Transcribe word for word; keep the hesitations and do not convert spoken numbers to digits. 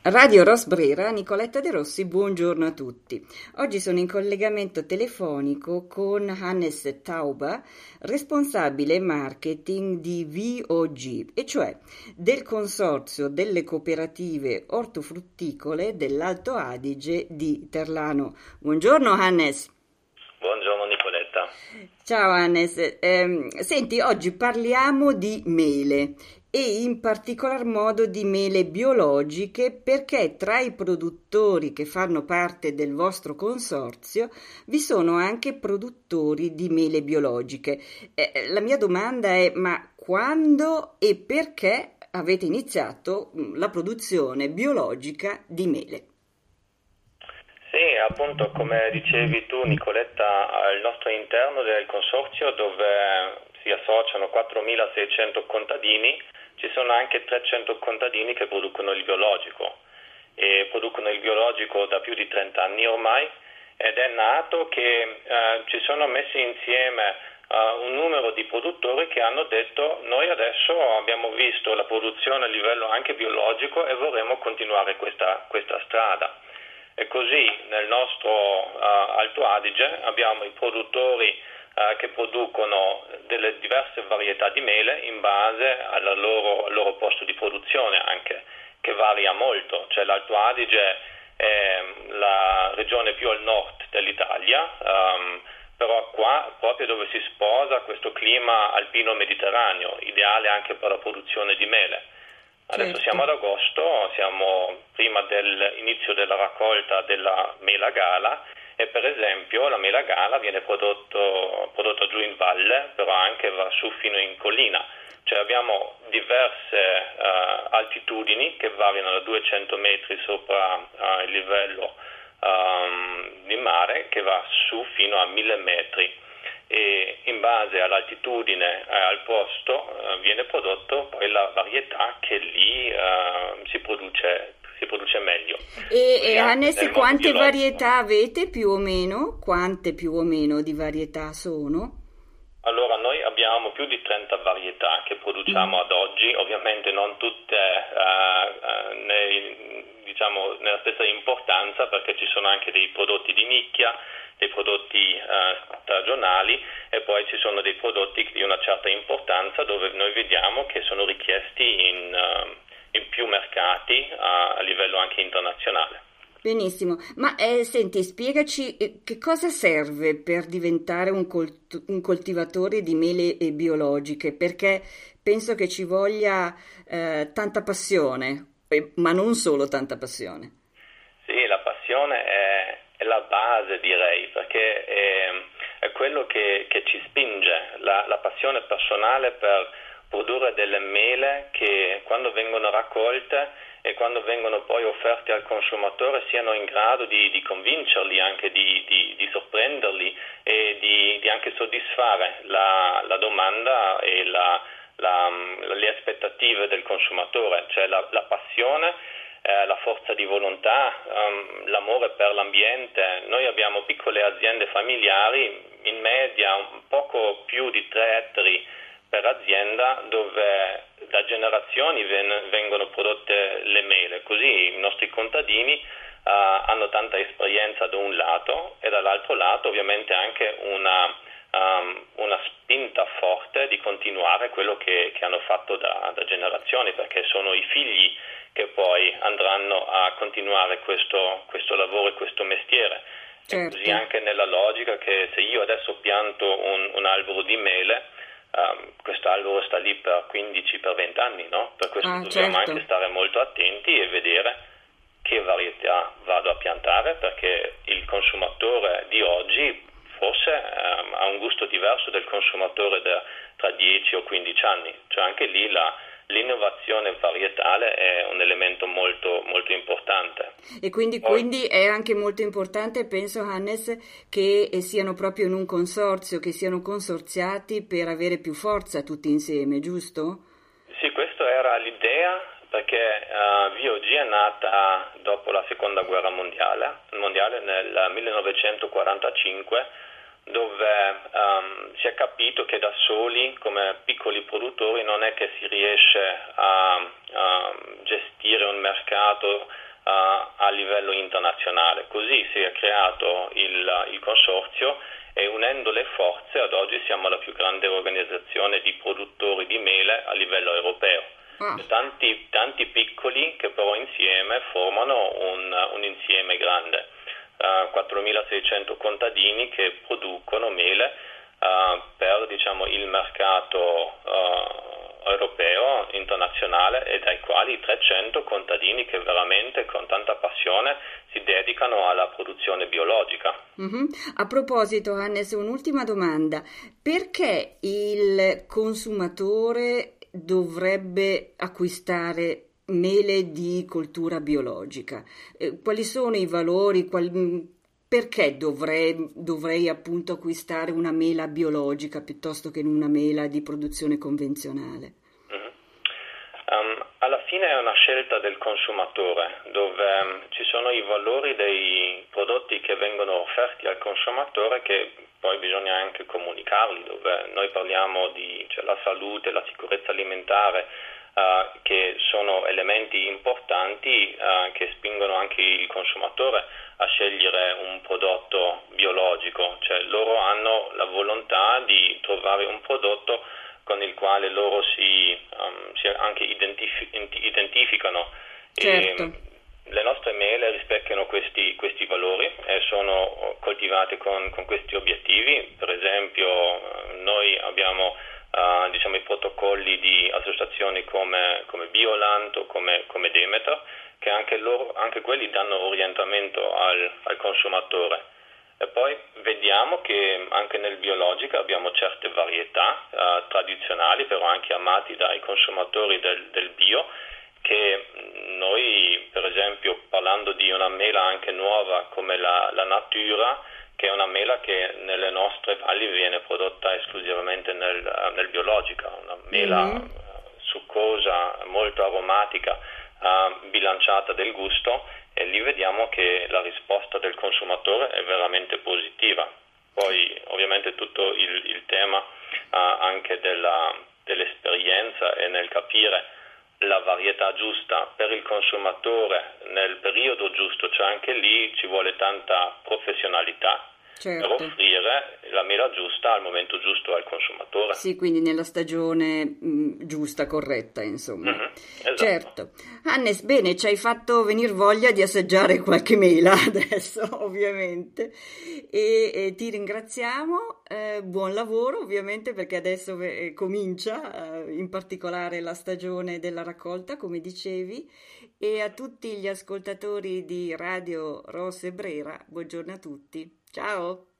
Radio Rosbrera, Nicoletta De Rossi, buongiorno a tutti. Oggi sono in collegamento telefonico con Hannes Tauber, responsabile marketing di V O G, e cioè del consorzio delle cooperative ortofrutticole dell'Alto Adige di Terlano. Buongiorno Hannes. Buongiorno Nicoletta. Ciao Hannes, Ehm, senti, oggi parliamo di mele e in particolar modo di mele biologiche perché tra i produttori che fanno parte del vostro consorzio vi sono anche produttori di mele biologiche. Eh, la mia domanda è: ma quando e perché avete iniziato mm, la produzione biologica di mele? Sì, appunto come dicevi tu Nicoletta, al nostro interno del consorzio dove si associano quattromilaseicento contadini, ci sono anche trecento contadini che producono il biologico e producono il biologico da più di trenta anni ormai, ed è nato che eh, ci sono messi insieme eh, un numero di produttori che hanno detto: noi adesso abbiamo visto la produzione a livello anche biologico e vorremmo continuare questa, questa strada. E così nel nostro uh, Alto Adige abbiamo i produttori uh, che producono delle diverse varietà di mele in base alla loro, al loro posto di produzione anche, che varia molto. Cioè l'Alto Adige è la regione più al nord dell'Italia, um, però qua proprio dove si sposa questo clima alpino mediterraneo, ideale anche per la produzione di mele. Adesso Certo. siamo ad agosto, siamo prima dell'inizio della raccolta della mela gala e per esempio la mela gala viene prodotto, prodotta giù in valle, però anche va su fino in collina. Cioè abbiamo diverse uh, altitudini che variano da duecento metri sopra uh, il livello um, di mare, che va su fino a mille metri. E in base all'altitudine e al posto eh, viene prodotto poi la varietà che lì eh, si produce, si produce meglio. E, Così e anche Hannes, nel mondo quante biologico. varietà avete più o meno? Quante più o meno di varietà sono? Allora, noi abbiamo più di trenta varietà che produciamo Mm. ad oggi, ovviamente non tutte eh, eh, nei, diciamo, nella stessa importanza, perché ci sono anche dei prodotti di nicchia, dei prodotti eh, stagionali e poi ci sono dei prodotti di una certa importanza dove noi vediamo che sono richiesti in, eh, in più mercati a, a livello anche internazionale. Benissimo, ma eh, senti, spiegaci eh, che cosa serve per diventare un, colt- un coltivatore di mele eh, biologiche, perché penso che ci voglia eh, tanta passione, eh, ma non solo tanta passione. Sì, la passione è, è la base, direi, perché è, è quello che, che ci spinge, la, la passione personale per produrre delle mele che quando vengono raccolte e quando vengono poi offerte al consumatore siano in grado di, di convincerli, anche di, di, di sorprenderli e di, di anche soddisfare la, la domanda e la, la, le aspettative del consumatore, cioè la, la passione, eh, la forza di volontà, um, l'amore per l'ambiente. Noi abbiamo piccole aziende familiari, in media un poco più di tre ettari per azienda, dove da generazioni ven- vengono prodotte le mele, così i nostri contadini uh, hanno tanta esperienza da un lato e dall'altro lato ovviamente anche una, um, una spinta forte di continuare quello che, che hanno fatto da, da generazioni, perché sono i figli che poi andranno a continuare questo, questo lavoro e questo mestiere. E così Certo. anche nella logica che se io adesso pianto un, un albero di mele, Um, questo albero sta lì per quindici per venti anni, no? Per questo Ah, dobbiamo certo. anche stare molto attenti e vedere che varietà vado a piantare, perché il consumatore di oggi forse um, ha un gusto diverso del consumatore da, tra dieci o quindici anni, cioè anche lì la, l'innovazione varietale è un elemento molto, molto importante. E quindi, Poi, quindi è anche molto importante, penso, Hannes, che eh, siano proprio in un consorzio, che siano consorziati per avere più forza tutti insieme, giusto? sì, questa era l'idea, perché uh, V O G è nata dopo la seconda guerra mondiale, mondiale nel millenovecentoquarantacinque, dove um, si è capito che da soli, come piccoli produttori, non è che si riesce a, a gestire un mercato a livello internazionale. Così si è creato il, il consorzio e unendo le forze ad oggi siamo la più grande organizzazione di produttori di mele a livello europeo. Ah. Tanti, tanti piccoli che però insieme formano un, un insieme grande. Uh, quattromilaseicento contadini che producono mele uh, per diciamo, il mercato uh, europeo, internazionale, e dai quali trecento contadini che veramente con tanta passione si dedicano alla produzione biologica. Mm-hmm. A proposito, Hannes, un'ultima domanda. Perché il consumatore dovrebbe acquistare mele di coltura biologica? Eh, quali sono i valori? Qual... Perché dovrei, dovrei appunto acquistare una mela biologica piuttosto che una mela di produzione convenzionale? Mm-hmm. Um, alla fine è una scelta del consumatore, dove um, ci sono i valori dei prodotti che vengono offerti al consumatore che poi bisogna anche comunicarli, dove noi parliamo di cioè, la salute, la sicurezza alimentare, uh, che sono elementi importanti uh, che spingono anche il consumatore a scegliere un prodotto biologico, cioè loro hanno la volontà di trovare un prodotto con il quale loro si, um, si anche identif- identificano. Certo. E le nostre mele rispecchiano questi, questi valori e sono coltivate con, con questi obiettivi. Per esempio noi abbiamo uh, diciamo, i protocolli di associazioni come, come Bioland o come, come Demeter, che anche, loro, anche quelli danno orientamento al, al consumatore. E poi vediamo che anche nel biologico abbiamo certe varietà uh, tradizionali, però anche amati dai consumatori del, del bio, che noi, per esempio, parlando di una mela anche nuova come la, la Natura, che è una mela che nelle nostre valli viene prodotta esclusivamente nel, nel biologico, una mela mm-hmm. succosa, molto aromatica, uh, bilanciata del gusto, e lì vediamo che la risposta del consumatore è veramente positiva. Poi ovviamente tutto il, il tema uh, anche della, dell'esperienza e nel capire la varietà giusta per il consumatore nel periodo giusto, cioè anche lì ci vuole tanta professionalità. Certo. Per offrire la mela giusta al momento giusto al consumatore. Sì, quindi nella stagione mh, giusta, corretta, insomma. Mm-hmm, esatto. Certo. Hannes, bene, ci hai fatto venire voglia di assaggiare qualche mela adesso, ovviamente. E, e ti ringraziamo, eh, buon lavoro, ovviamente, perché adesso eh, comincia, eh, in particolare la stagione della raccolta, come dicevi. E a tutti gli ascoltatori di Radio Rosse Brera, buongiorno a tutti. Ciao!